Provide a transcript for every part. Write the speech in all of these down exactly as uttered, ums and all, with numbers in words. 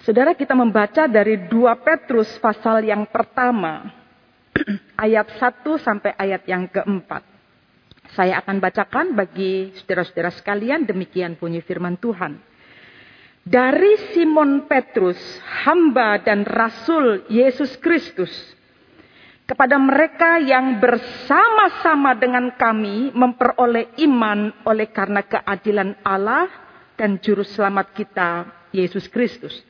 Saudara, kita membaca dari dua Petrus pasal yang pertama, ayat satu sampai ayat yang keempat. Saya akan bacakan bagi saudara-saudara sekalian, demikian bunyi firman Tuhan. Dari Simon Petrus, hamba dan rasul Yesus Kristus, kepada mereka yang bersama-sama dengan kami memperoleh iman oleh karena keadilan Allah dan juru selamat kita, Yesus Kristus.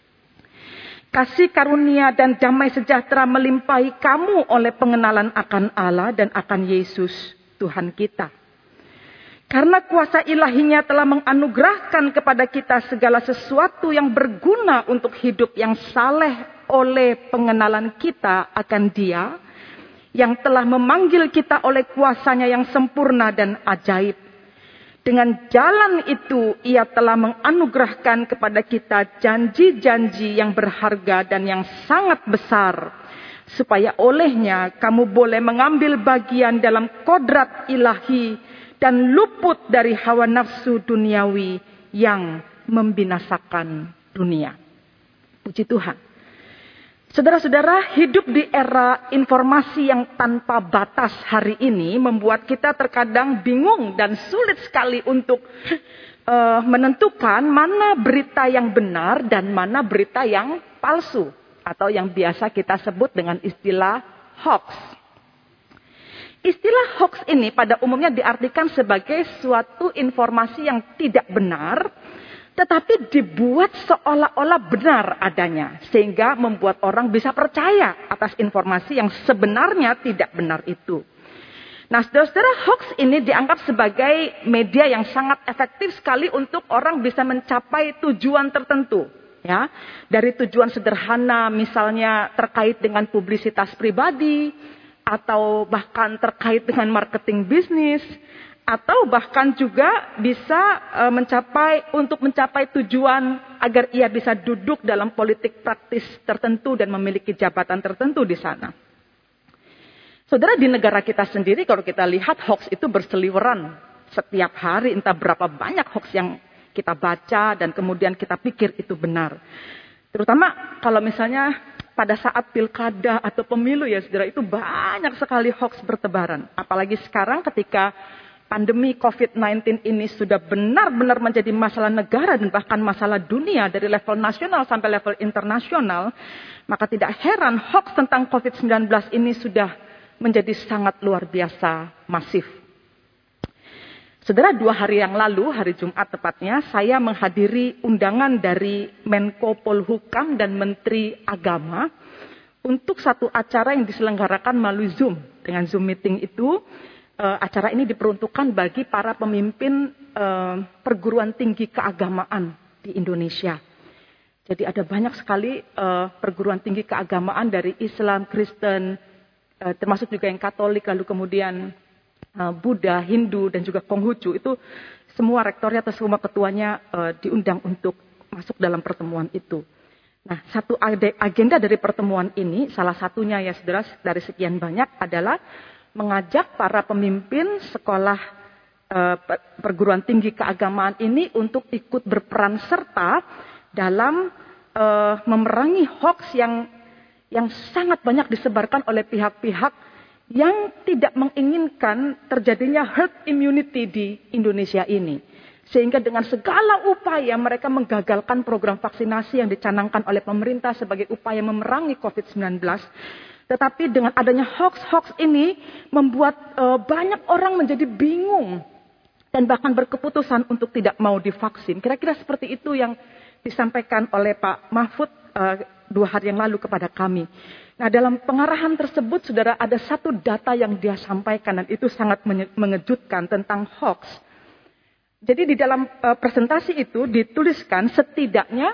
Kasih karunia dan damai sejahtera melimpahi kamu oleh pengenalan akan Allah dan akan Yesus Tuhan kita. Karena kuasa ilahinya telah menganugerahkan kepada kita segala sesuatu yang berguna untuk hidup yang saleh oleh pengenalan kita akan Dia yang telah memanggil kita oleh kuasanya yang sempurna dan ajaib. Dengan jalan itu ia telah menganugerahkan kepada kita janji-janji yang berharga dan yang sangat besar, supaya olehnya kamu boleh mengambil bagian dalam kodrat ilahi dan luput dari hawa nafsu duniawi yang membinasakan dunia. Puji Tuhan. Saudara-saudara, hidup di era informasi yang tanpa batas hari ini membuat kita terkadang bingung dan sulit sekali untuk uh, menentukan mana berita yang benar dan mana berita yang palsu. Atau yang biasa kita sebut dengan istilah hoax. Istilah hoax ini pada umumnya diartikan sebagai suatu informasi yang tidak benar, tetapi dibuat seolah-olah benar adanya. Sehingga membuat orang bisa percaya atas informasi yang sebenarnya tidak benar itu. Nah, saudara-saudara, hoax ini dianggap sebagai media yang sangat efektif sekali untuk orang bisa mencapai tujuan tertentu. Ya, dari tujuan sederhana misalnya terkait dengan publisitas pribadi, atau bahkan terkait dengan marketing bisnis, atau bahkan juga bisa e, mencapai untuk mencapai tujuan agar ia bisa duduk dalam politik praktis tertentu dan memiliki jabatan tertentu di sana. Saudara, di negara kita sendiri kalau kita lihat hoax itu berseliweran setiap hari, entah berapa banyak hoax yang kita baca dan kemudian kita pikir itu benar. Terutama kalau misalnya pada saat pilkada atau pemilu ya saudara, itu banyak sekali hoax bertebaran. Apalagi sekarang ketika pandemi covid sembilan belas ini sudah benar-benar menjadi masalah negara dan bahkan masalah dunia dari level nasional sampai level internasional. Maka tidak heran hoax tentang covid sembilan belas ini sudah menjadi sangat luar biasa masif. Saudara, dua hari yang lalu, hari Jumat tepatnya, saya menghadiri undangan dari Menko Polhukam dan Menteri Agama untuk satu acara yang diselenggarakan melalui Zoom. Dengan Zoom meeting itu, uh, acara ini diperuntukkan bagi para pemimpin uh, perguruan tinggi keagamaan di Indonesia. Jadi ada banyak sekali uh, perguruan tinggi keagamaan dari Islam, Kristen, uh, termasuk juga yang Katolik, lalu kemudian Buddha, Hindu, dan juga Konghucu. Itu semua rektornya atau semua ketuanya uh, diundang untuk masuk dalam pertemuan itu. Nah, satu agenda dari pertemuan ini, salah satunya ya saudara, dari sekian banyak adalah mengajak para pemimpin sekolah uh, perguruan tinggi keagamaan ini untuk ikut berperan serta dalam uh, memerangi hoax yang, yang sangat banyak disebarkan oleh pihak-pihak yang tidak menginginkan terjadinya herd immunity di Indonesia ini. Sehingga dengan segala upaya mereka menggagalkan program vaksinasi yang dicanangkan oleh pemerintah sebagai upaya memerangi covid sembilan belas. Tetapi dengan adanya hoax-hoax ini membuat uh, banyak orang menjadi bingung dan bahkan berkeputusan untuk tidak mau divaksin. Kira-kira seperti itu yang disampaikan oleh Pak Mahfud uh, dua hari yang lalu kepada kami. Nah, dalam pengarahan tersebut, saudara, ada satu data yang dia sampaikan dan itu sangat mengejutkan tentang hoax. Jadi di dalam uh, presentasi itu dituliskan setidaknya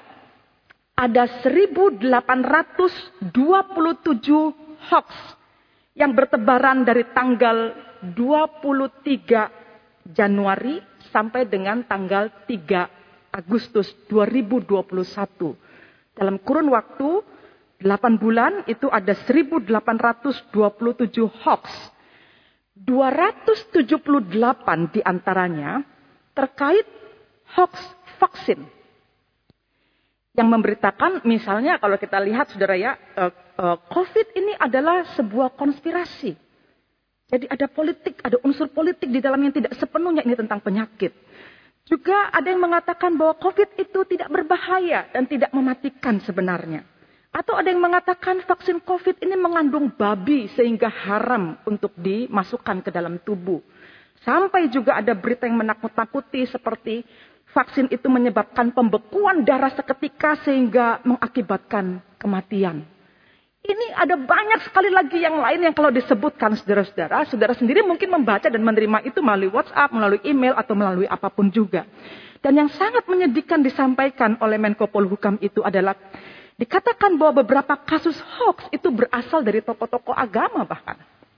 ada seribu delapan ratus dua puluh tujuh hoax yang bertebaran dari tanggal dua puluh tiga Januari sampai dengan tanggal tiga Agustus dua ribu dua puluh satu. Dalam kurun waktu delapan bulan itu ada seribu delapan ratus dua puluh tujuh hoax. dua ratus tujuh puluh delapan diantaranya terkait hoax vaksin. Yang memberitakan misalnya kalau kita lihat saudara ya, uh, uh, COVID ini adalah sebuah konspirasi. Jadi ada politik, ada unsur politik di dalamnya yang tidak sepenuhnya ini tentang penyakit. Juga ada yang mengatakan bahwa COVID itu tidak berbahaya dan tidak mematikan sebenarnya. Atau ada yang mengatakan vaksin COVID ini mengandung babi sehingga haram untuk dimasukkan ke dalam tubuh. Sampai juga ada berita yang menakut-nakuti seperti vaksin itu menyebabkan pembekuan darah seketika sehingga mengakibatkan kematian. Ini ada banyak sekali lagi yang lain yang kalau disebutkan saudara-saudara, saudara sendiri mungkin membaca dan menerima itu melalui WhatsApp, melalui email, atau melalui apapun juga. Dan yang sangat menyedihkan disampaikan oleh Menko Polhukam itu adalah dikatakan bahwa beberapa kasus hoax itu berasal dari tokoh-tokoh agama bahkan.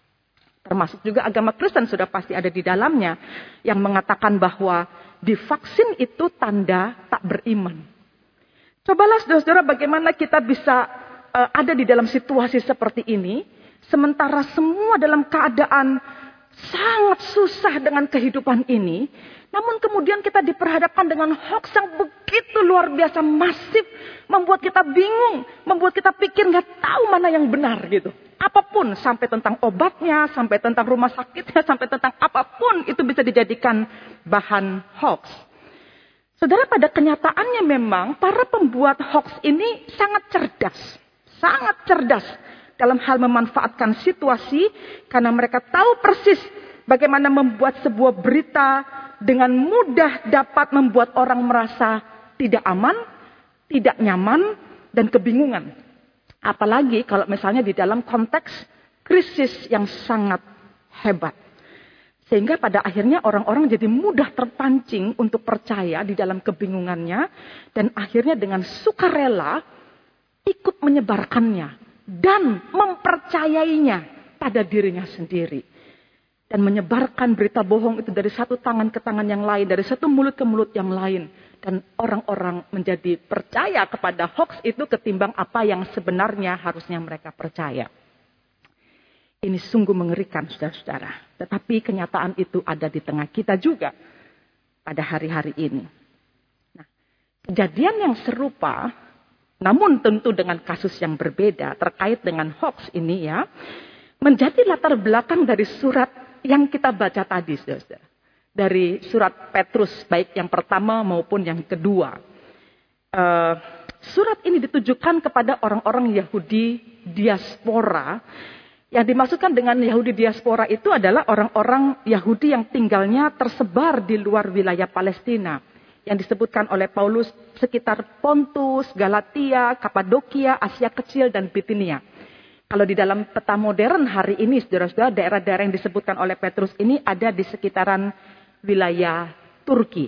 Termasuk juga agama Kristen sudah pasti ada di dalamnya. Yang mengatakan bahwa divaksin itu tanda tak beriman. Cobalah saudara-saudara bagaimana kita bisa uh, ada di dalam situasi seperti ini. Sementara semua dalam keadaan sangat susah dengan kehidupan ini. Namun kemudian kita diperhadapkan dengan hoax yang begitu luar biasa masif. Membuat kita bingung. Membuat kita pikir gak tahu mana yang benar gitu. Apapun, sampai tentang obatnya, sampai tentang rumah sakitnya, sampai tentang apapun itu bisa dijadikan bahan hoax. Saudara, pada kenyataannya memang para pembuat hoax ini sangat cerdas. Sangat cerdas dalam hal memanfaatkan situasi karena mereka tahu persis bagaimana membuat sebuah berita dengan mudah dapat membuat orang merasa tidak aman, tidak nyaman, dan kebingungan. Apalagi kalau misalnya di dalam konteks krisis yang sangat hebat. Sehingga pada akhirnya orang-orang jadi mudah terpancing untuk percaya di dalam kebingungannya. Dan akhirnya dengan sukarela ikut menyebarkannya. Dan mempercayainya pada dirinya sendiri. Dan menyebarkan berita bohong itu dari satu tangan ke tangan yang lain. Dari satu mulut ke mulut yang lain. Dan orang-orang menjadi percaya kepada hoax itu ketimbang apa yang sebenarnya harusnya mereka percaya. Ini sungguh mengerikan saudara-saudara. Tetapi kenyataan itu ada di tengah kita juga pada hari-hari ini. Nah, kejadian yang serupa, namun tentu dengan kasus yang berbeda terkait dengan hoax ini ya, menjadi latar belakang dari surat yang kita baca tadi saudara-saudara. Dari surat Petrus, baik yang pertama maupun yang kedua. Uh, surat ini ditujukan kepada orang-orang Yahudi diaspora. Yang dimaksudkan dengan Yahudi diaspora itu adalah orang-orang Yahudi yang tinggalnya tersebar di luar wilayah Palestina. Yang disebutkan oleh Paulus sekitar Pontus, Galatia, Kapadokia, Asia Kecil, dan Bitinia. Kalau di dalam peta modern hari ini, saudara-saudara, daerah-daerah yang disebutkan oleh Petrus ini ada di sekitaran wilayah Turki.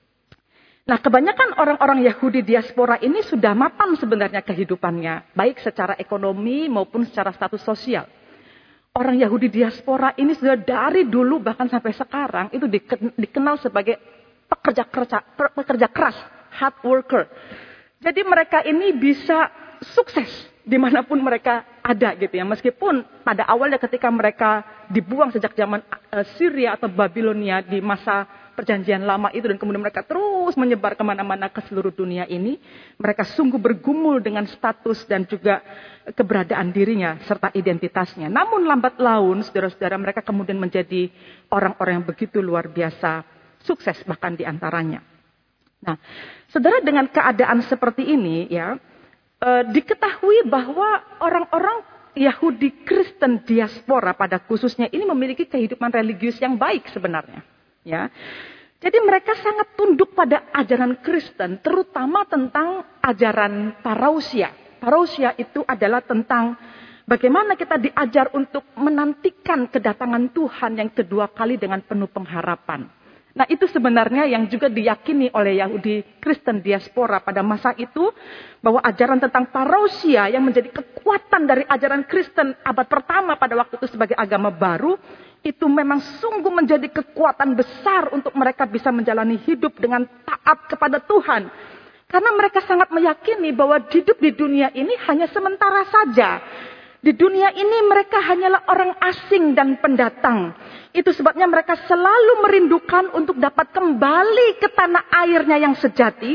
Nah, kebanyakan orang-orang Yahudi diaspora ini sudah mapan sebenarnya kehidupannya, baik secara ekonomi maupun secara status sosial. Orang Yahudi diaspora ini sudah dari dulu bahkan sampai sekarang itu dikenal sebagai pekerja keras, pekerja keras, hard worker. Jadi mereka ini bisa sukses dimanapun mereka ada gitu ya. Meskipun pada awalnya ketika mereka dibuang sejak zaman uh, Syria atau Babilonia di masa perjanjian lama itu. Dan kemudian mereka terus menyebar kemana-mana ke seluruh dunia ini. Mereka sungguh bergumul dengan status dan juga keberadaan dirinya serta identitasnya. Namun lambat laun saudara-saudara mereka kemudian menjadi orang-orang yang begitu luar biasa. Sukses bahkan diantaranya. Nah, saudara dengan keadaan seperti ini ya. E, diketahui bahwa orang-orang Yahudi Kristen diaspora pada khususnya ini memiliki kehidupan religius yang baik sebenarnya, ya. Jadi mereka sangat tunduk pada ajaran Kristen, terutama tentang ajaran parousia. Parousia itu adalah tentang bagaimana kita diajar untuk menantikan kedatangan Tuhan yang kedua kali dengan penuh pengharapan. Nah, itu sebenarnya yang juga diyakini oleh Yahudi Kristen diaspora pada masa itu, bahwa ajaran tentang parousia yang menjadi kekuatan dari ajaran Kristen abad pertama pada waktu itu sebagai agama baru, itu memang sungguh menjadi kekuatan besar untuk mereka bisa menjalani hidup dengan taat kepada Tuhan. Karena mereka sangat meyakini bahwa hidup di dunia ini hanya sementara saja. Di dunia ini mereka hanyalah orang asing dan pendatang. Itu sebabnya mereka selalu merindukan untuk dapat kembali ke tanah airnya yang sejati.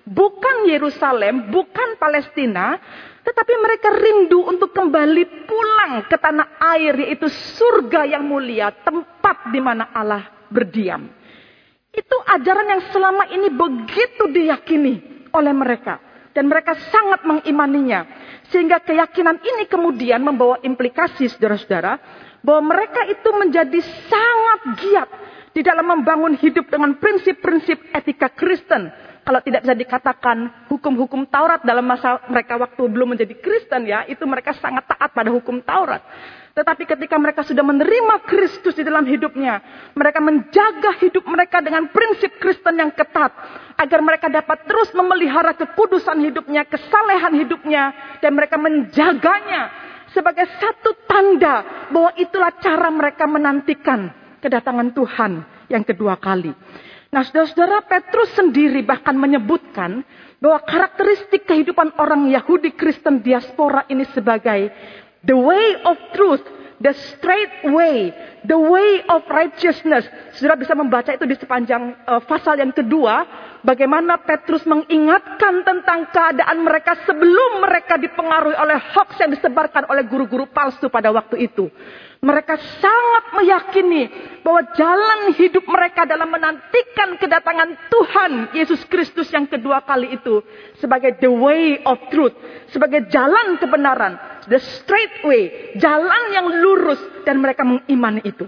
bukan Yerusalem, bukan Palestina, tetapi mereka rindu untuk kembali pulang ke tanah air, yaitu surga yang mulia, tempat di mana Allah berdiam. Itu ajaran yang selama ini begitu diyakini oleh mereka. Dan mereka sangat mengimaninya. Sehingga keyakinan ini kemudian membawa implikasi, saudara-saudara, bahwa mereka itu menjadi sangat giat di dalam membangun hidup dengan prinsip-prinsip etika Kristen. Kalau tidak bisa dikatakan hukum-hukum Taurat dalam masa mereka waktu belum menjadi Kristen, ya, itu mereka sangat taat pada hukum Taurat. Tetapi ketika mereka sudah menerima Kristus di dalam hidupnya, mereka menjaga hidup mereka dengan prinsip Kristen yang ketat, agar mereka dapat terus memelihara kekudusan hidupnya, kesalehan hidupnya, dan mereka menjaganya sebagai satu tanda bahwa itulah cara mereka menantikan kedatangan Tuhan yang kedua kali. Nah, saudara-saudara, Petrus sendiri bahkan menyebutkan bahwa karakteristik kehidupan orang Yahudi Kristen diaspora ini sebagai the way of truth, the straight way, the way of righteousness. Saudara bisa membaca itu di sepanjang uh, pasal yang kedua, bagaimana Petrus mengingatkan tentang keadaan mereka sebelum mereka dipengaruhi oleh hoax yang disebarkan oleh guru-guru palsu pada waktu itu. Mereka sangat meyakini bahwa jalan hidup mereka dalam menantikan kedatangan Tuhan Yesus Kristus yang kedua kali itu sebagai the way of truth, sebagai jalan kebenaran, the straight way, jalan yang lurus, dan mereka mengimani itu.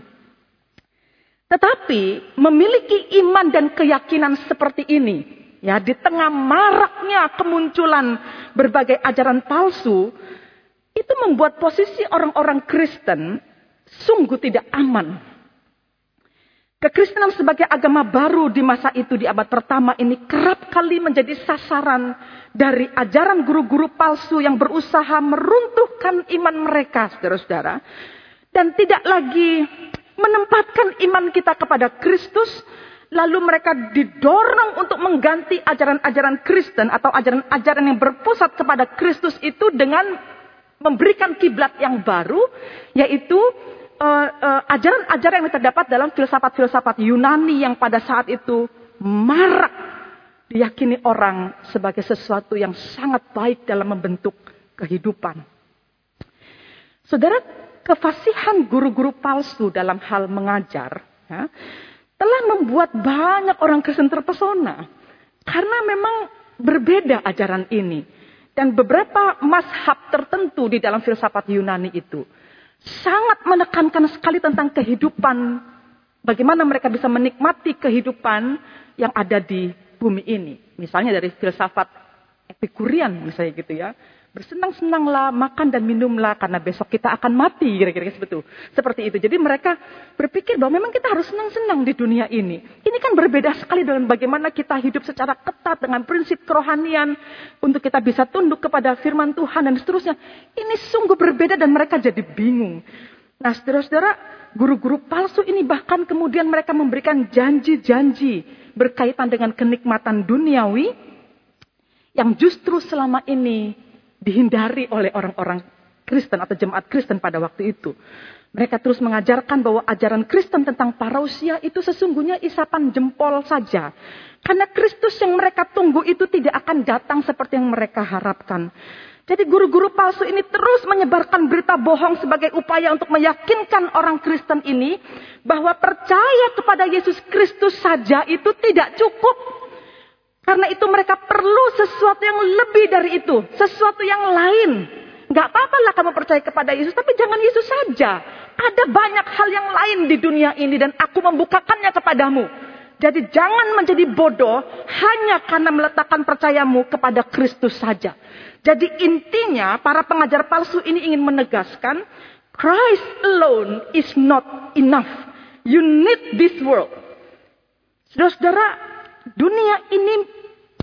Tetapi memiliki iman dan keyakinan seperti ini, ya, di tengah maraknya kemunculan berbagai ajaran palsu, itu membuat posisi orang-orang Kristen sungguh tidak aman. Kekristenan sebagai agama baru di masa itu, di abad pertama ini, kerap kali menjadi sasaran dari ajaran guru-guru palsu yang berusaha meruntuhkan iman mereka, saudara-saudara. Dan tidak lagi menempatkan iman kita kepada Kristus, lalu mereka didorong untuk mengganti ajaran-ajaran Kristen atau ajaran-ajaran yang berpusat kepada Kristus itu dengan memberikan kiblat yang baru, yaitu uh, uh, ajaran-ajaran yang terdapat dalam filsafat-filsafat Yunani yang pada saat itu marak diyakini orang sebagai sesuatu yang sangat baik dalam membentuk kehidupan. Saudara, kefasihan guru-guru palsu dalam hal mengajar, ya, telah membuat banyak orang Kristen terpesona. Karena memang berbeda ajaran ini. Dan beberapa mazhab tertentu di dalam filsafat Yunani itu sangat menekankan sekali tentang kehidupan. Bagaimana mereka bisa menikmati kehidupan yang ada di bumi ini. Misalnya dari filsafat Epikurian misalnya gitu ya. Bersenang-senanglah, makan dan minumlah karena besok kita akan mati, kira-kira seperti itu. Seperti itu. Jadi mereka berpikir bahwa memang kita harus senang-senang di dunia ini. Ini kan berbeda sekali dengan bagaimana kita hidup secara ketat dengan prinsip kerohanian untuk kita bisa tunduk kepada firman Tuhan dan seterusnya. Ini sungguh berbeda dan mereka jadi bingung. Nah, saudara-saudara, guru-guru palsu ini bahkan kemudian mereka memberikan janji-janji berkaitan dengan kenikmatan duniawi yang justru selama ini dihindari oleh orang-orang Kristen atau jemaat Kristen pada waktu itu. Mereka terus mengajarkan bahwa ajaran Kristen tentang parousia itu sesungguhnya isapan jempol saja. Karena Kristus yang mereka tunggu itu tidak akan datang seperti yang mereka harapkan. Jadi guru-guru palsu ini terus menyebarkan berita bohong sebagai upaya untuk meyakinkan orang Kristen ini bahwa percaya kepada Yesus Kristus saja itu tidak cukup. Karena itu mereka perlu sesuatu yang lebih dari itu. Sesuatu yang lain. Gak apa-apa lah kamu percaya kepada Yesus. Tapi jangan Yesus saja. Ada banyak hal yang lain di dunia ini. Dan aku membukakannya kepadamu. Jadi jangan menjadi bodoh. Hanya karena meletakkan percayamu kepada Kristus saja. Jadi intinya para pengajar palsu ini ingin menegaskan. Christ alone is not enough. You need this world. Saudara-saudara, dunia ini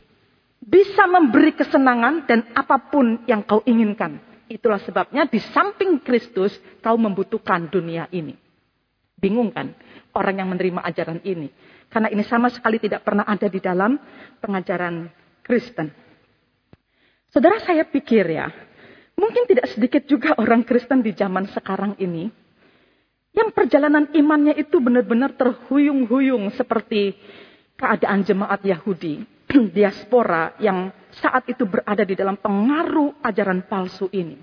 bisa memberi kesenangan dan apapun yang kau inginkan. Itulah sebabnya di samping Kristus kau membutuhkan dunia ini. Bingung kan orang yang menerima ajaran ini? Karena ini sama sekali tidak pernah ada di dalam pengajaran Kristen. Saudara, saya pikir ya, mungkin tidak sedikit juga orang Kristen di zaman sekarang ini yang perjalanan imannya itu benar-benar terhuyung-huyung seperti keadaan jemaat Yahudi. diaspora yang saat itu berada di dalam pengaruh ajaran palsu ini.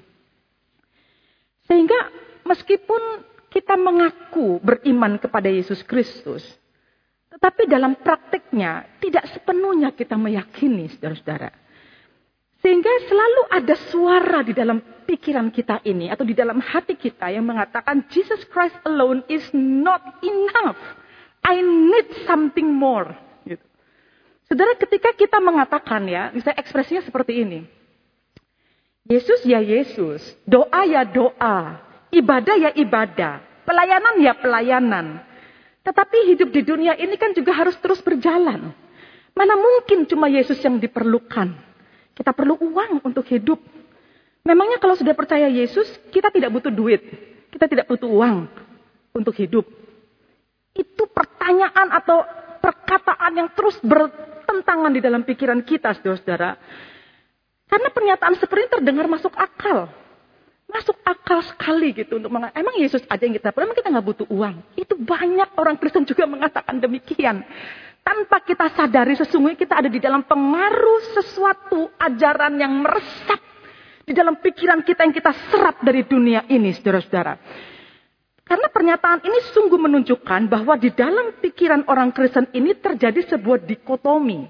Sehingga meskipun kita mengaku beriman kepada Yesus Kristus, tetapi dalam praktiknya tidak sepenuhnya kita meyakini, saudara-saudara. Sehingga selalu ada suara di dalam pikiran kita ini atau di dalam hati kita yang mengatakan Jesus Christ alone is not enough. I need something more. Gitu. Saudara, ketika kita mengatakan ya, misalnya ekspresinya seperti ini. Yesus ya Yesus, doa ya doa, ibadah ya ibadah, pelayanan ya pelayanan. Tetapi hidup di dunia ini kan juga harus terus berjalan. Mana mungkin cuma Yesus yang diperlukan. Kita perlu uang untuk hidup. Memangnya kalau sudah percaya Yesus, kita tidak butuh duit. Kita tidak butuh uang untuk hidup. Itu pertanyaan atau perkataan yang terus bertentangan di dalam pikiran kita, saudara-saudara. Karena pernyataan seperti ini terdengar masuk akal. Masuk akal sekali gitu. Untuk mengatakan, emang Yesus aja yang kita perlu, emang kita nggak butuh uang. Itu banyak orang Kristen juga mengatakan demikian. Tanpa kita sadari sesungguhnya kita ada di dalam pengaruh sesuatu ajaran yang meresap di dalam pikiran kita yang kita serap dari dunia ini, saudara-saudara. Karena pernyataan ini sungguh menunjukkan bahwa di dalam pikiran orang Kristen ini terjadi sebuah dikotomi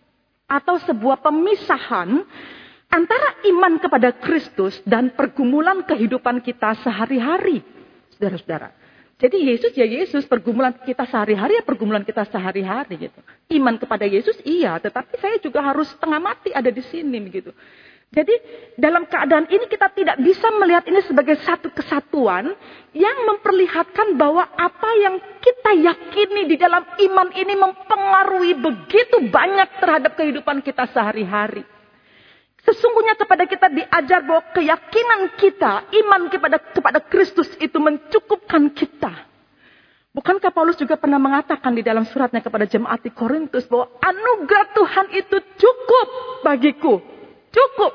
atau sebuah pemisahan antara iman kepada Kristus dan pergumulan kehidupan kita sehari-hari, saudara-saudara. Jadi Yesus ya Yesus, pergumulan kita sehari-hari ya pergumulan kita sehari-hari gitu. Iman kepada Yesus iya, tetapi saya juga harus setengah mati ada di sini begitu. Jadi dalam keadaan ini kita tidak bisa melihat ini sebagai satu kesatuan yang memperlihatkan bahwa apa yang kita yakini di dalam iman ini mempengaruhi begitu banyak terhadap kehidupan kita sehari-hari. Sesungguhnya kepada kita diajar bahwa keyakinan kita, iman kepada kepada Kristus itu mencukupkan kita. Bukankah Paulus juga pernah mengatakan di dalam suratnya kepada jemaat di Korintus bahwa anugerah Tuhan itu cukup bagiku. Cukup.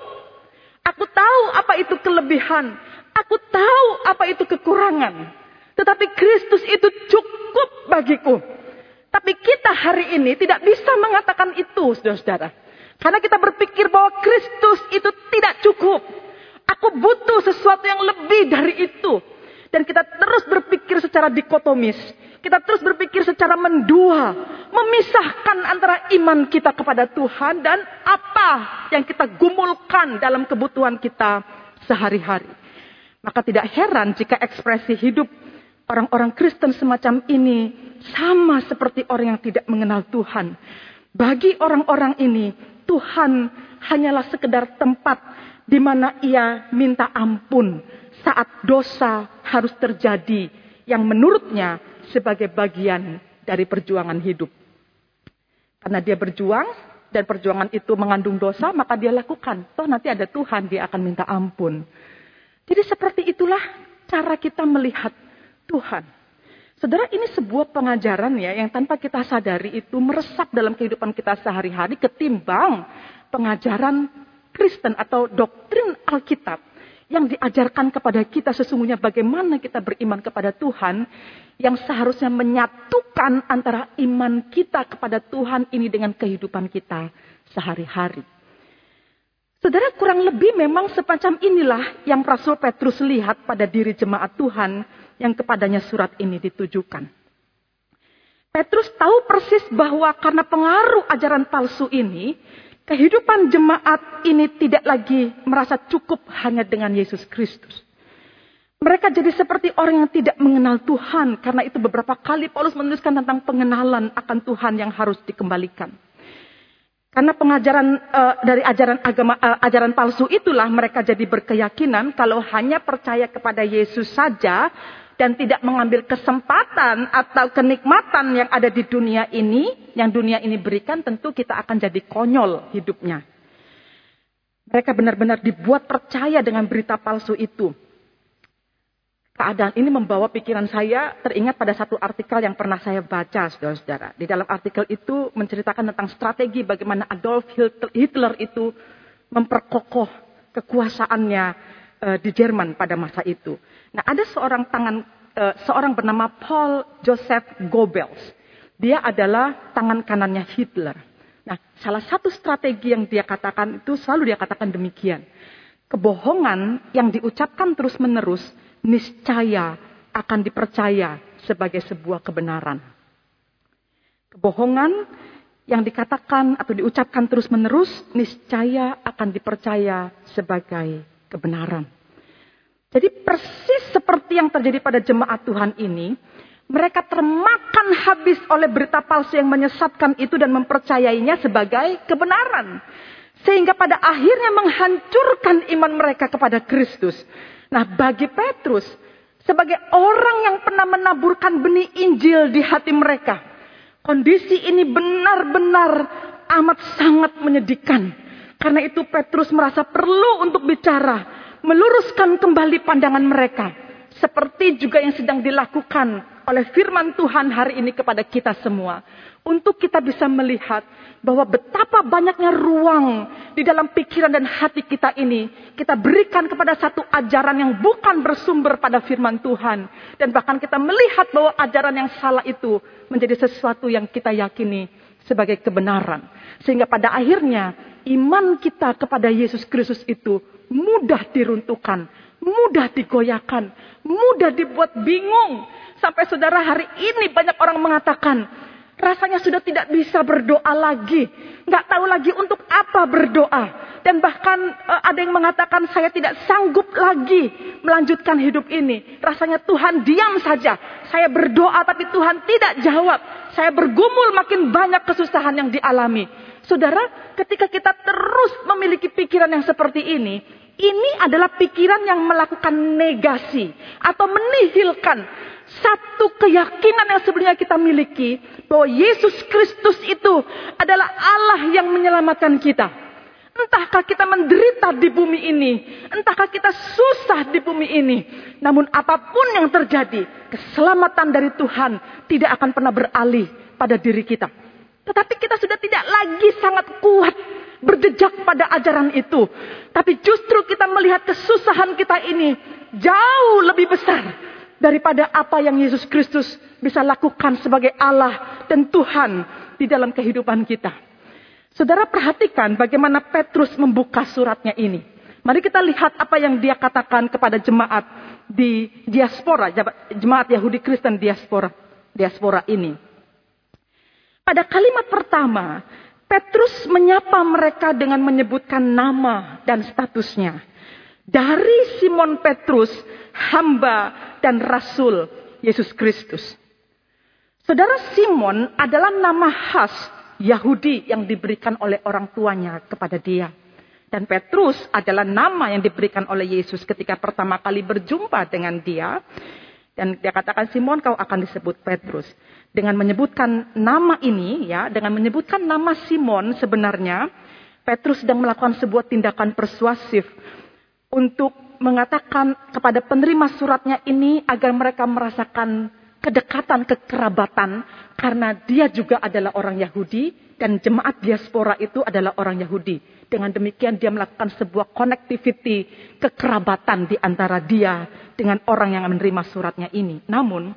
Aku tahu apa itu kelebihan. Aku tahu apa itu kekurangan. Tetapi Kristus itu cukup bagiku. Tapi kita hari ini tidak bisa mengatakan itu, saudara-saudara. Karena kita berpikir bahwa Kristus itu tidak cukup. Aku butuh sesuatu yang lebih dari itu. Dan kita terus berpikir secara dikotomis. Kita terus berpikir secara mendua. Memisahkan antara iman kita kepada Tuhan dan apa yang kita gumulkan dalam kebutuhan kita sehari-hari. Maka tidak heran jika ekspresi hidup orang-orang Kristen semacam ini sama seperti orang yang tidak mengenal Tuhan. Bagi orang-orang ini, Tuhan hanyalah sekedar tempat di mana ia minta ampun saat dosa harus terjadi yang menurutnya sebagai bagian dari perjuangan hidup. Karena dia berjuang dan perjuangan itu mengandung dosa, maka dia lakukan. Toh nanti ada Tuhan, dia akan minta ampun. Jadi seperti itulah cara kita melihat Tuhan. Saudara, ini sebuah pengajaran ya yang tanpa kita sadari itu meresap dalam kehidupan kita sehari-hari ketimbang pengajaran Kristen atau doktrin Alkitab yang diajarkan kepada kita sesungguhnya bagaimana kita beriman kepada Tuhan yang seharusnya menyatukan antara iman kita kepada Tuhan ini dengan kehidupan kita sehari-hari. Saudara, kurang lebih memang semacam inilah yang Rasul Petrus lihat pada diri jemaat Tuhan yang kepadanya surat ini ditujukan. Petrus tahu persis bahwa karena pengaruh ajaran palsu ini, kehidupan jemaat ini tidak lagi merasa cukup hanya dengan Yesus Kristus. Mereka jadi seperti orang yang tidak mengenal Tuhan, karena itu beberapa kali Paulus menuliskan tentang pengenalan akan Tuhan yang harus dikembalikan. Karena pengajaran uh, dari ajaran agama uh, ajaran palsu itulah mereka jadi berkeyakinan kalau hanya percaya kepada Yesus saja dan tidak mengambil kesempatan atau kenikmatan yang ada di dunia ini, yang dunia ini berikan, tentu kita akan jadi konyol hidupnya. Mereka benar-benar dibuat percaya dengan berita palsu itu. Keadaan ini membawa pikiran saya teringat pada satu artikel yang pernah saya baca, saudara-saudara. Di dalam artikel itu menceritakan tentang strategi bagaimana Adolf Hitler itu memperkokoh kekuasaannya uh, di Jerman pada masa itu. Nah, ada seorang tangan, uh, seorang bernama Paul Joseph Goebbels. Dia adalah tangan kanannya Hitler. Nah, salah satu strategi yang dia katakan itu selalu dia katakan demikian. Kebohongan yang diucapkan terus-menerus niscaya akan dipercaya sebagai sebuah kebenaran. Kebohongan yang dikatakan atau diucapkan terus-menerus niscaya akan dipercaya sebagai kebenaran. Jadi persis seperti yang terjadi pada jemaat Tuhan ini, mereka termakan habis oleh berita palsu yang menyesatkan itu dan mempercayainya sebagai kebenaran. Sehingga pada akhirnya menghancurkan iman mereka kepada Kristus. Nah, bagi Petrus, sebagai orang yang pernah menaburkan benih Injil di hati mereka, kondisi ini benar-benar amat sangat menyedihkan. Karena itu Petrus merasa perlu untuk bicara, meluruskan kembali pandangan mereka. Seperti juga yang sedang dilakukan oleh firman Tuhan hari ini kepada kita semua. Untuk kita bisa melihat bahwa betapa banyaknya ruang di dalam pikiran dan hati kita ini. Kita berikan kepada satu ajaran yang bukan bersumber pada firman Tuhan. Dan bahkan kita melihat bahwa ajaran yang salah itu menjadi sesuatu yang kita yakini sebagai kebenaran. Sehingga pada akhirnya iman kita kepada Yesus Kristus itu mudah diruntuhkan, mudah digoyahkan, mudah dibuat bingung. Sampai saudara hari ini banyak orang mengatakan, rasanya sudah tidak bisa berdoa lagi. Nggak tahu lagi untuk apa berdoa. Dan bahkan uh, ada yang mengatakan saya tidak sanggup lagi melanjutkan hidup ini. Rasanya Tuhan diam saja. Saya berdoa tapi Tuhan tidak jawab. Saya bergumul makin banyak kesusahan yang dialami. Saudara, ketika kita terus memiliki pikiran yang seperti ini, ini adalah pikiran yang melakukan negasi atau menihilkan satu keyakinan yang sebenarnya kita miliki, bahwa Yesus Kristus itu adalah Allah yang menyelamatkan kita. Entahkah kita menderita di bumi ini, entahkah kita susah di bumi ini, namun apapun yang terjadi, keselamatan dari Tuhan tidak akan pernah beralih pada diri kita. Tetapi kita sudah tidak lagi sangat kuat berjejak pada ajaran itu. Tapi justru kita melihat kesusahan kita ini jauh lebih besar daripada apa yang Yesus Kristus bisa lakukan sebagai Allah dan Tuhan di dalam kehidupan kita. Saudara, perhatikan bagaimana Petrus membuka suratnya ini. Mari kita lihat apa yang dia katakan kepada jemaat di diaspora, jemaat Yahudi Kristen diaspora, diaspora ini. Pada kalimat pertama, Petrus menyapa mereka dengan menyebutkan nama dan statusnya. Dari Simon Petrus, hamba dan rasul Yesus Kristus. Saudara, Simon adalah nama khas Yahudi yang diberikan oleh orang tuanya kepada dia. Dan Petrus adalah nama yang diberikan oleh Yesus ketika pertama kali berjumpa dengan dia. Dan dia katakan, Simon, kau akan disebut Petrus. Dengan menyebutkan nama ini, ya, dengan menyebutkan nama Simon, sebenarnya Petrus sedang melakukan sebuah tindakan persuasif untuk mengatakan kepada penerima suratnya ini agar mereka merasakan kedekatan, kekerabatan, karena dia juga adalah orang Yahudi dan jemaat diaspora itu adalah orang Yahudi. Dengan demikian dia melakukan sebuah connectivity, kekerabatan di antara dia dengan orang yang menerima suratnya ini. Namun,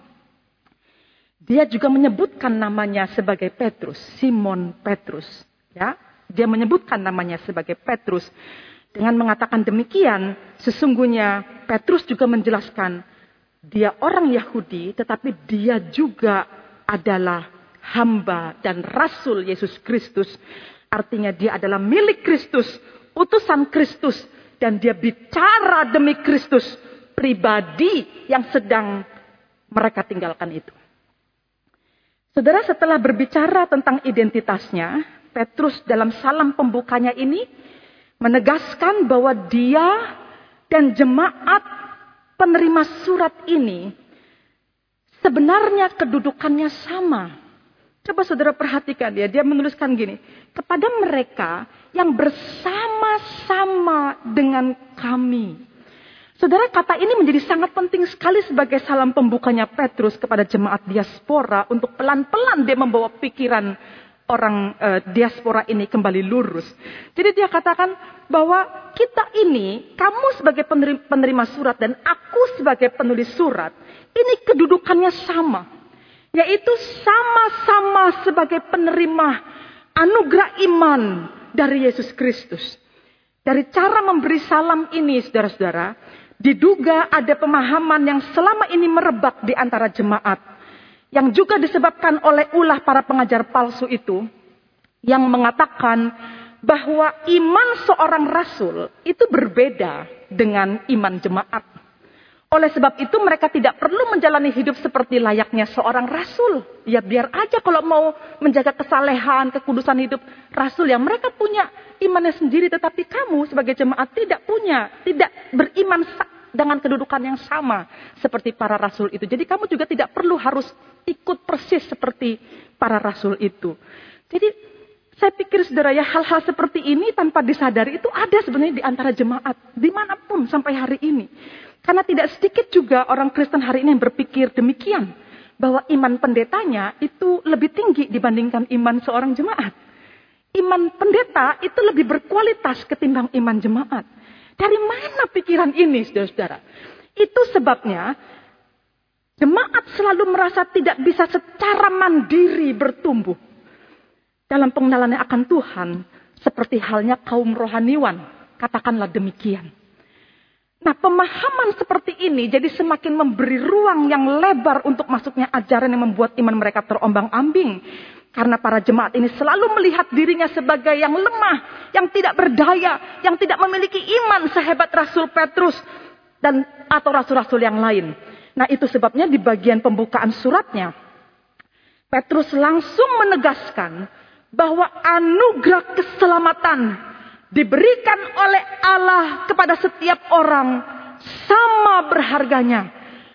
dia juga menyebutkan namanya sebagai Petrus, Simon Petrus. Ya, dia menyebutkan namanya sebagai Petrus. Dengan mengatakan demikian, sesungguhnya Petrus juga menjelaskan dia orang Yahudi, tetapi dia juga adalah hamba dan rasul Yesus Kristus. Artinya dia adalah milik Kristus, utusan Kristus, dan dia bicara demi Kristus, pribadi yang sedang mereka tinggalkan itu. Saudara, setelah berbicara tentang identitasnya, Petrus dalam salam pembukanya ini menegaskan bahwa dia dan jemaat penerima surat ini sebenarnya kedudukannya sama. Coba saudara perhatikan ya, dia menuliskan gini, kepada mereka yang bersama-sama dengan kami. Saudara, kata ini menjadi sangat penting sekali sebagai salam pembukanya Petrus kepada jemaat diaspora untuk pelan-pelan dia membawa pikiran orang uh, diaspora ini kembali lurus. Jadi dia katakan bahwa kita ini, kamu sebagai penerima, penerima surat dan aku sebagai penulis surat, ini kedudukannya sama. Yaitu sama-sama sebagai penerima anugerah iman dari Yesus Kristus. Dari cara memberi salam ini, saudara-saudara, diduga ada pemahaman yang selama ini merebak di antara jemaat. Yang juga disebabkan oleh ulah para pengajar palsu itu. Yang mengatakan bahwa iman seorang rasul itu berbeda dengan iman jemaat. Oleh sebab itu mereka tidak perlu menjalani hidup seperti layaknya seorang rasul. Ya biar aja kalau mau menjaga kesalehan, kekudusan hidup rasul yang mereka punya imannya sendiri. Tetapi kamu sebagai jemaat tidak punya, tidak beriman dengan kedudukan yang sama seperti para rasul itu. Jadi kamu juga tidak perlu harus ikut persis seperti para rasul itu. Jadi saya pikir saudara ya, hal-hal seperti ini tanpa disadari itu ada sebenarnya di antara jemaat. Dimanapun sampai hari ini. Karena tidak sedikit juga orang Kristen hari ini yang berpikir demikian. Bahwa iman pendetanya itu lebih tinggi dibandingkan iman seorang jemaat. Iman pendeta itu lebih berkualitas ketimbang iman jemaat. Dari mana pikiran ini saudara-saudara? Itu sebabnya jemaat selalu merasa tidak bisa secara mandiri bertumbuh. Dalam pengenalannya akan Tuhan. Seperti halnya kaum rohaniwan. Katakanlah demikian. Nah, pemahaman seperti ini jadi semakin memberi ruang yang lebar untuk masuknya ajaran yang membuat iman mereka terombang-ambing. Karena para jemaat ini selalu melihat dirinya sebagai yang lemah, yang tidak berdaya, yang tidak memiliki iman sehebat Rasul Petrus dan atau rasul-rasul yang lain. Nah, itu sebabnya di bagian pembukaan suratnya, Petrus langsung menegaskan bahwa anugerah keselamatan diberikan oleh Allah kepada setiap orang sama berharganya,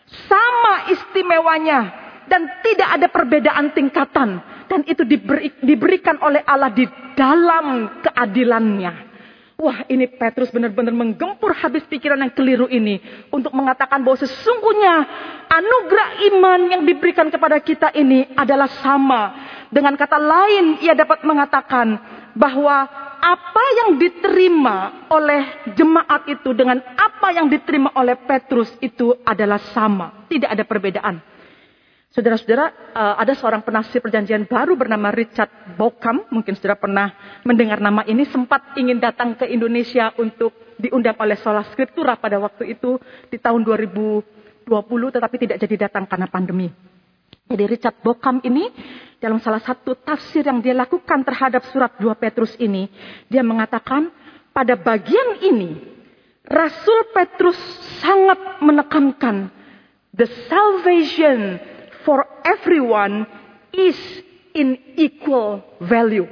sama istimewanya, dan tidak ada perbedaan tingkatan. Dan itu diberi, diberikan oleh Allah di dalam keadilannya. Wah, ini Petrus benar-benar menggempur habis pikiran yang keliru ini untuk mengatakan bahwa sesungguhnya anugerah iman yang diberikan kepada kita ini adalah sama. Dengan kata lain, ia dapat mengatakan bahwa apa yang diterima oleh jemaat itu dengan apa yang diterima oleh Petrus itu adalah sama. Tidak ada perbedaan. Saudara-saudara, ada seorang penafsir perjanjian baru bernama Richard Bauckham. Mungkin saudara pernah mendengar nama ini. Sempat ingin datang ke Indonesia untuk diundang oleh Sola Scriptura pada waktu itu di tahun dua ribu dua puluh. Tetapi tidak jadi datang karena pandemi. Jadi Richard Bauckham ini dalam salah satu tafsir yang dia lakukan terhadap surat dua Petrus ini. Dia mengatakan pada bagian ini Rasul Petrus sangat menekankan the salvation for everyone is in equal value.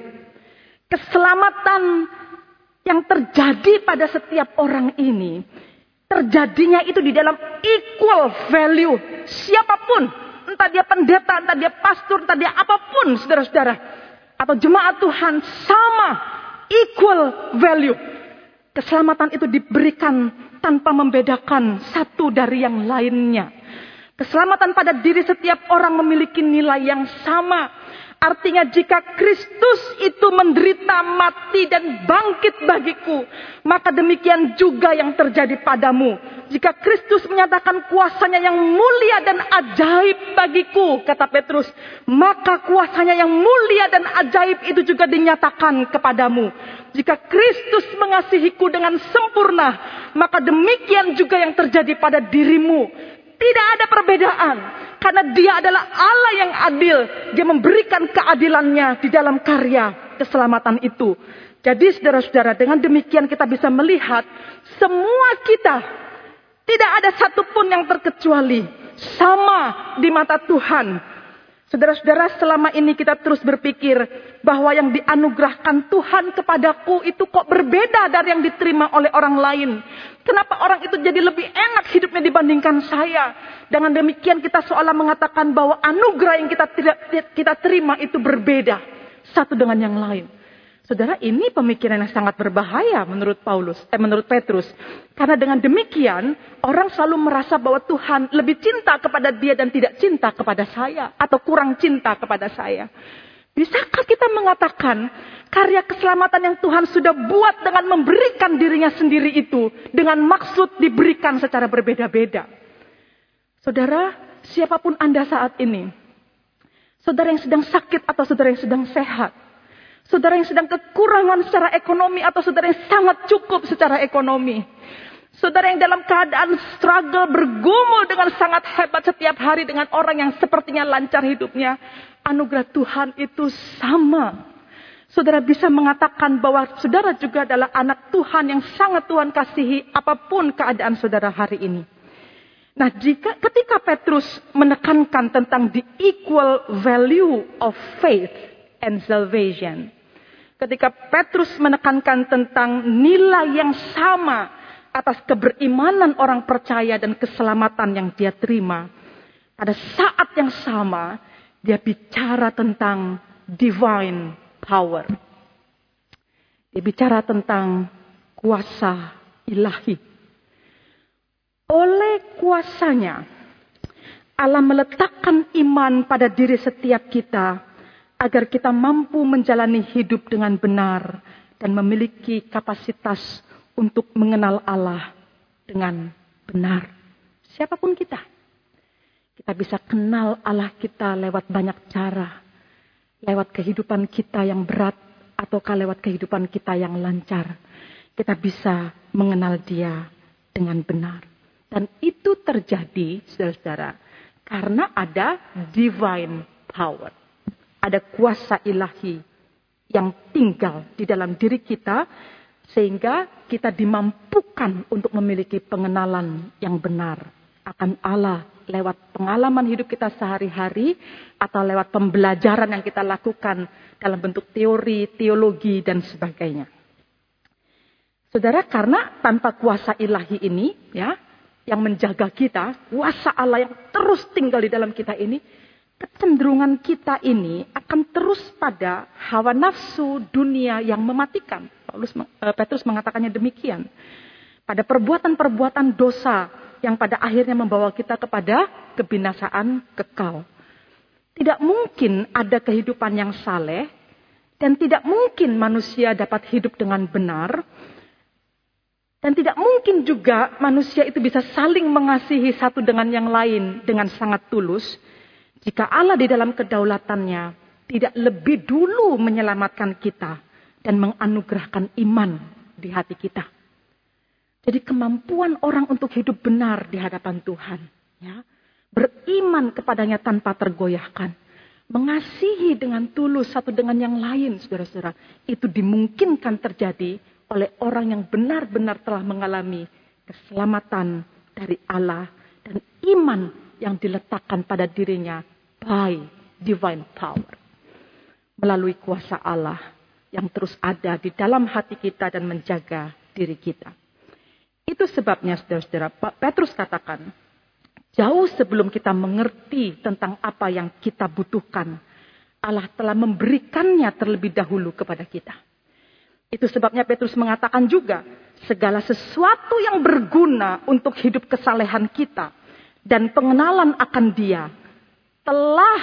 Keselamatan yang terjadi pada setiap orang ini terjadinya itu di dalam equal value. Siapapun, entah dia pendeta, entah dia pastor, entah dia apapun, saudara-saudara. Atau jemaat Tuhan, sama, equal value. Keselamatan itu diberikan tanpa membedakan satu dari yang lainnya. Keselamatan pada diri setiap orang memiliki nilai yang sama. Artinya jika Kristus itu menderita, mati dan bangkit bagiku, maka demikian juga yang terjadi padamu. Jika Kristus menyatakan kuasanya yang mulia dan ajaib bagiku, kata Petrus, maka kuasanya yang mulia dan ajaib itu juga dinyatakan kepadamu. Jika Kristus mengasihiku dengan sempurna, maka demikian juga yang terjadi pada dirimu. Tidak ada perbedaan. Karena dia adalah Allah yang adil. Dia memberikan keadilannya di dalam karya keselamatan itu. Jadi saudara-saudara, dengan demikian kita bisa melihat semua kita tidak ada satupun yang terkecuali. Sama di mata Tuhan. Saudara-saudara, selama ini kita terus berpikir bahwa yang dianugerahkan Tuhan kepadaku itu kok berbeda dari yang diterima oleh orang lain. Kenapa orang itu jadi lebih enak hidupnya dibandingkan saya? Dengan demikian kita seolah mengatakan bahwa anugerah yang kita kita terima itu berbeda satu dengan yang lain. Saudara, ini pemikiran yang sangat berbahaya menurut Paulus, eh, menurut Petrus. Karena dengan demikian, orang selalu merasa bahwa Tuhan lebih cinta kepada dia dan tidak cinta kepada saya. Atau kurang cinta kepada saya. Bisakah kita mengatakan karya keselamatan yang Tuhan sudah buat dengan memberikan dirinya sendiri itu dengan maksud diberikan secara berbeda-beda? Saudara, siapapun Anda saat ini, saudara yang sedang sakit atau saudara yang sedang sehat, Saudara yang sedang kekurangan secara ekonomi atau saudara yang sangat cukup secara ekonomi. Saudara yang dalam keadaan struggle, bergumul dengan sangat hebat setiap hari dengan orang yang sepertinya lancar hidupnya. Anugerah Tuhan itu sama. Saudara bisa mengatakan bahwa saudara juga adalah anak Tuhan yang sangat Tuhan kasihi apapun keadaan saudara hari ini. Nah, jika ketika Petrus menekankan tentang the equal value of faith and salvation. Ketika Petrus menekankan tentang nilai yang sama atas keberimanan orang percaya dan keselamatan yang dia terima. Pada saat yang sama, dia bicara tentang divine power. Dia bicara tentang kuasa ilahi. Oleh kuasanya, Allah meletakkan iman pada diri setiap kita, agar kita mampu menjalani hidup dengan benar dan memiliki kapasitas untuk mengenal Allah dengan benar. Siapapun kita. Kita bisa kenal Allah kita lewat banyak cara. Lewat kehidupan kita yang berat ataukah lewat kehidupan kita yang lancar. Kita bisa mengenal Dia dengan benar. Dan itu terjadi, saudara-saudara, karena ada divine power. Ada kuasa ilahi yang tinggal di dalam diri kita sehingga kita dimampukan untuk memiliki pengenalan yang benar akan Allah lewat pengalaman hidup kita sehari-hari atau lewat pembelajaran yang kita lakukan dalam bentuk teori, teologi dan sebagainya. Saudara, karena tanpa kuasa ilahi ini ya yang menjaga kita, kuasa Allah yang terus tinggal di dalam kita ini, kecenderungan kita ini akan terus pada hawa nafsu dunia yang mematikan. Paulus, Petrus mengatakannya demikian. Pada perbuatan-perbuatan dosa yang pada akhirnya membawa kita kepada kebinasaan kekal. Tidak mungkin ada kehidupan yang saleh dan tidak mungkin manusia dapat hidup dengan benar. Dan tidak mungkin juga manusia itu bisa saling mengasihi satu dengan yang lain dengan sangat tulus. Jika Allah di dalam kedaulatannya tidak lebih dulu menyelamatkan kita dan menganugerahkan iman di hati kita. Jadi kemampuan orang untuk hidup benar di hadapan Tuhan. Ya, beriman kepadanya tanpa tergoyahkan. Mengasihi dengan tulus satu dengan yang lain, saudara-saudara. Itu dimungkinkan terjadi oleh orang yang benar-benar telah mengalami keselamatan dari Allah. Dan iman yang diletakkan pada dirinya by divine power. Melalui kuasa Allah yang terus ada di dalam hati kita dan menjaga diri kita. Itu sebabnya saudara-saudara, Petrus katakan, jauh sebelum kita mengerti tentang apa yang kita butuhkan, Allah telah memberikannya terlebih dahulu kepada kita. Itu sebabnya Petrus mengatakan juga, segala sesuatu yang berguna untuk hidup kesalehan kita dan pengenalan akan Dia telah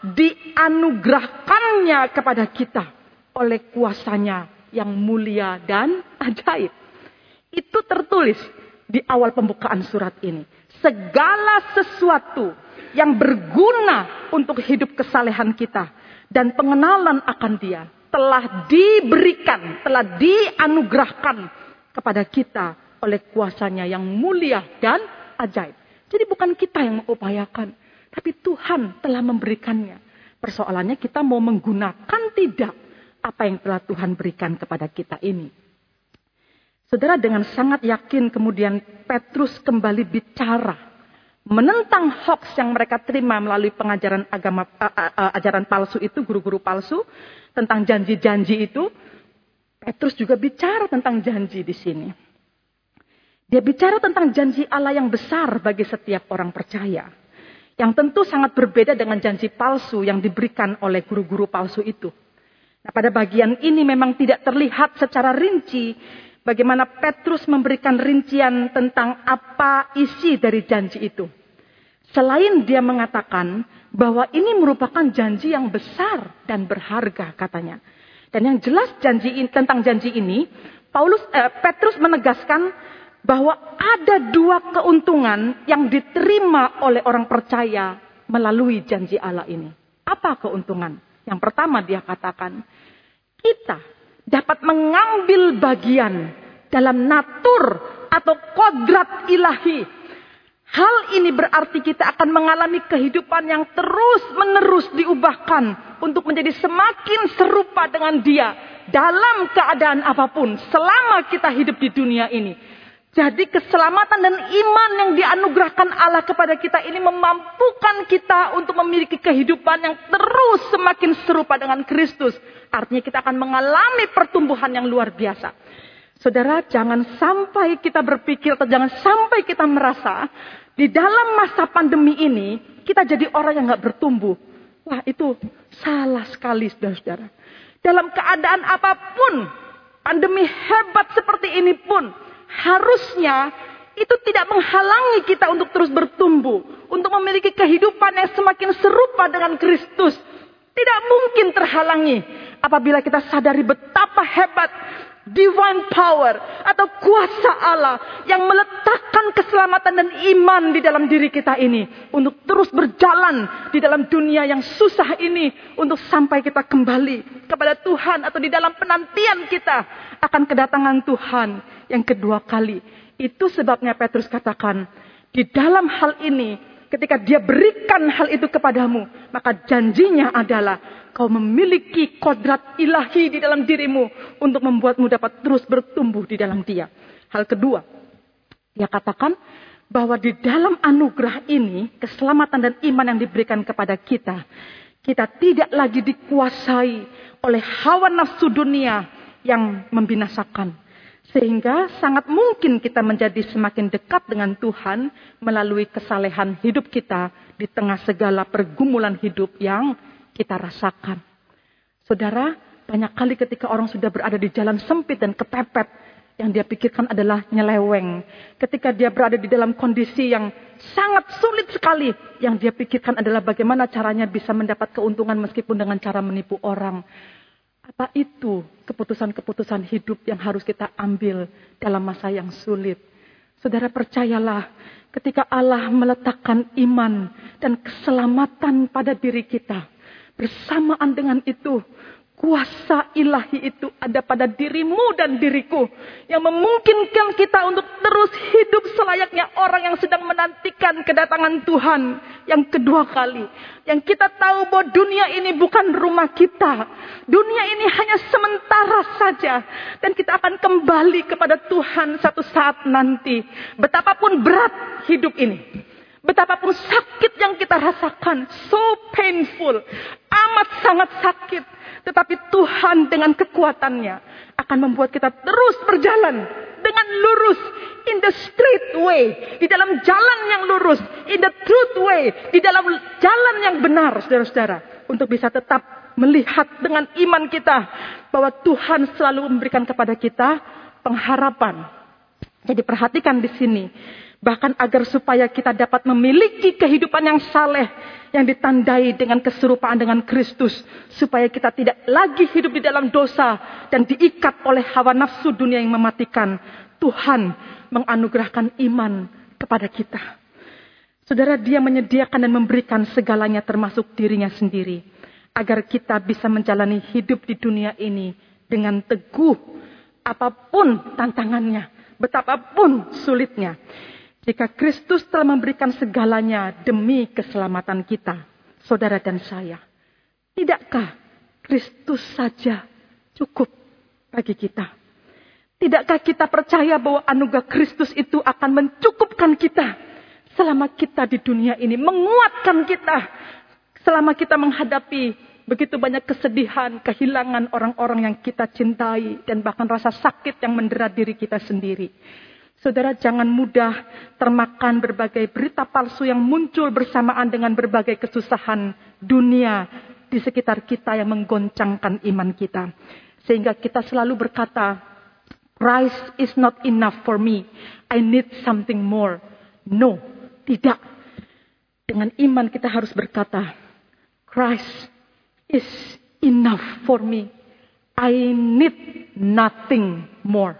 dianugerahkannya kepada kita oleh kuasanya yang mulia dan ajaib. Itu tertulis di awal pembukaan surat ini. Segala sesuatu yang berguna untuk hidup kesalehan kita dan pengenalan akan Dia telah diberikan, telah dianugerahkan kepada kita oleh kuasanya yang mulia dan ajaib. Jadi bukan kita yang mengupayakan, tapi Tuhan telah memberikannya. Persoalannya kita mau menggunakan tidak apa yang telah Tuhan berikan kepada kita ini. Saudara, dengan sangat yakin kemudian Petrus kembali bicara menentang hoax yang mereka terima melalui pengajaran agama, uh, uh, ajaran palsu itu, guru-guru palsu, tentang janji-janji itu. Petrus juga bicara tentang janji di sini. Dia bicara tentang janji Allah yang besar bagi setiap orang percaya. Yang tentu sangat berbeda dengan janji palsu yang diberikan oleh guru-guru palsu itu. Nah, pada bagian ini memang tidak terlihat secara rinci bagaimana Petrus memberikan rincian tentang apa isi dari janji itu. Selain dia mengatakan bahwa ini merupakan janji yang besar dan berharga katanya. Dan yang jelas janji ini, tentang janji ini, Paulus eh, Petrus menegaskan bahwa ada dua keuntungan yang diterima oleh orang percaya melalui janji Allah ini. Apa keuntungan? Yang pertama dia katakan, kita dapat mengambil bagian dalam natur atau kodrat ilahi. Hal ini berarti kita akan mengalami kehidupan yang terus-menerus diubahkan untuk menjadi semakin serupa dengan Dia dalam keadaan apapun selama kita hidup di dunia ini. Jadi keselamatan dan iman yang dianugerahkan Allah kepada kita ini memampukan kita untuk memiliki kehidupan yang terus semakin serupa dengan Kristus. Artinya kita akan mengalami pertumbuhan yang luar biasa. Saudara, jangan sampai kita berpikir atau jangan sampai kita merasa di dalam masa pandemi ini kita jadi orang yang gak bertumbuh. Wah, itu salah sekali, saudara-saudara. Dalam keadaan apapun, pandemi hebat seperti ini pun, harusnya itu tidak menghalangi kita untuk terus bertumbuh. Untuk memiliki kehidupan yang semakin serupa dengan Kristus. Tidak mungkin terhalangi apabila kita sadari betapa hebat divine power atau kuasa Allah yang meletakkan keselamatan dan iman di dalam diri kita ini. Untuk terus berjalan di dalam dunia yang susah ini. Untuk sampai kita kembali kepada Tuhan atau di dalam penantian kita akan kedatangan Tuhan yang kedua kali. Itu sebabnya Petrus katakan, di dalam hal ini ketika Dia berikan hal itu kepadamu, maka janjinya adalah kau memiliki kodrat ilahi di dalam dirimu untuk membuatmu dapat terus bertumbuh di dalam Dia. Hal kedua, Dia katakan bahwa di dalam anugerah ini, keselamatan dan iman yang diberikan kepada kita, kita tidak lagi dikuasai oleh hawa nafsu dunia yang membinasakan. Sehingga sangat mungkin kita menjadi semakin dekat dengan Tuhan melalui kesalehan hidup kita di tengah segala pergumulan hidup yang kita rasakan. Saudara, banyak kali ketika orang sudah berada di jalan sempit dan kepepet, yang dia pikirkan adalah nyeleweng. Ketika dia berada di dalam kondisi yang sangat sulit sekali, yang dia pikirkan adalah bagaimana caranya bisa mendapat keuntungan meskipun dengan cara menipu orang. Apa itu keputusan-keputusan hidup yang harus kita ambil dalam masa yang sulit? Saudara, percayalah, ketika Allah meletakkan iman dan keselamatan pada diri kita, bersamaan dengan itu, kuasa ilahi itu ada pada dirimu dan diriku, yang memungkinkan kita untuk terus hidup selayaknya orang yang sedang menantikan kedatangan Tuhan yang kedua kali. Yang kita tahu bahwa dunia ini bukan rumah kita. Dunia ini hanya sementara saja. Dan kita akan kembali kepada Tuhan satu saat nanti. Betapapun berat hidup ini. Betapapun sakit yang kita rasakan. So painful. Amat sangat sakit. Tetapi Tuhan dengan kekuatannya akan membuat kita terus berjalan dengan lurus. In the straight way. Di dalam jalan yang lurus. In the truth way. Di dalam jalan yang benar, saudara-saudara. Untuk bisa tetap melihat dengan iman kita. Bahwa Tuhan selalu memberikan kepada kita pengharapan. Jadi perhatikan di sini. Bahkan agar supaya kita dapat memiliki kehidupan yang saleh. Yang ditandai dengan keserupaan dengan Kristus. Supaya kita tidak lagi hidup di dalam dosa. Dan diikat oleh hawa nafsu dunia yang mematikan. Tuhan menganugerahkan iman kepada kita. Saudara, Dia menyediakan dan memberikan segalanya termasuk dirinya sendiri. Agar kita bisa menjalani hidup di dunia ini dengan teguh. Apapun tantangannya. Betapapun sulitnya. Jika Kristus telah memberikan segalanya demi keselamatan kita. Saudara dan saya. Tidakkah Kristus saja cukup bagi kita? Tidakkah kita percaya bahwa anugerah Kristus itu akan mencukupkan kita selama kita di dunia ini, menguatkan kita selama kita menghadapi begitu banyak kesedihan, kehilangan orang-orang yang kita cintai dan bahkan rasa sakit yang mendera diri kita sendiri. Saudara, jangan mudah termakan berbagai berita palsu yang muncul bersamaan dengan berbagai kesusahan dunia di sekitar kita yang menggoncangkan iman kita. Sehingga kita selalu berkata, Christ is not enough for me. I need something more. No, tidak. Dengan iman kita harus berkata, Christ is enough for me. I need nothing more.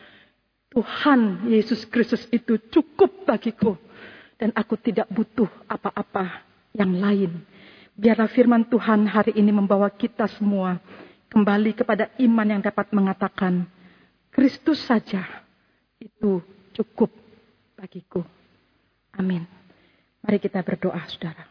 Tuhan Yesus Kristus itu cukup bagiku. Dan aku tidak butuh apa-apa yang lain. Biarlah firman Tuhan hari ini membawa kita semua kembali kepada iman yang dapat mengatakan, Kristus saja itu cukup bagiku. Amin. Mari kita berdoa, saudara.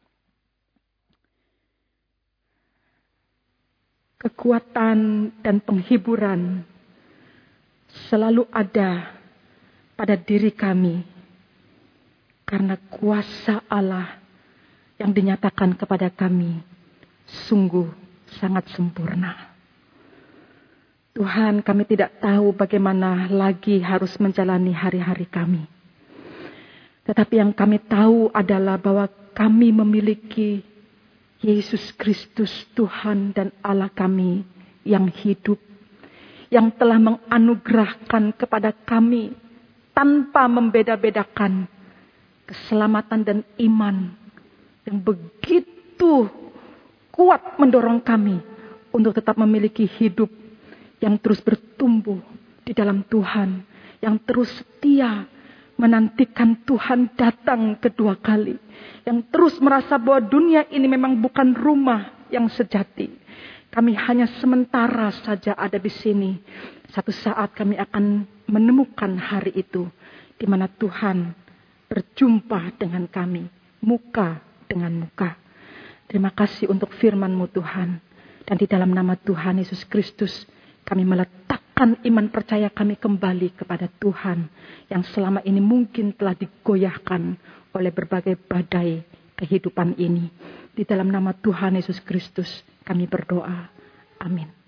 Kekuatan dan penghiburan selalu ada pada diri kami karena kuasa Allah yang dinyatakan kepada kami sungguh sangat sempurna. Tuhan, kami tidak tahu bagaimana lagi harus menjalani hari-hari kami. Tetapi yang kami tahu adalah bahwa kami memiliki Yesus Kristus Tuhan dan Allah kami yang hidup, yang telah menganugerahkan kepada kami tanpa membeda-bedakan keselamatan dan iman yang begitu kuat mendorong kami untuk tetap memiliki hidup yang terus bertumbuh di dalam Tuhan, yang terus setia menantikan Tuhan datang kedua kali, yang terus merasa bahwa dunia ini memang bukan rumah yang sejati. Kami hanya sementara saja ada di sini. Satu saat kami akan menemukan hari itu, di mana Tuhan berjumpa dengan kami, muka dengan muka. Terima kasih untuk firman-Mu Tuhan. Dan di dalam nama Tuhan Yesus Kristus, kami meletakkan iman percaya kami kembali kepada Tuhan, yang selama ini mungkin telah digoyahkan oleh berbagai badai kehidupan ini. Di dalam nama Tuhan Yesus Kristus kami berdoa. Amin.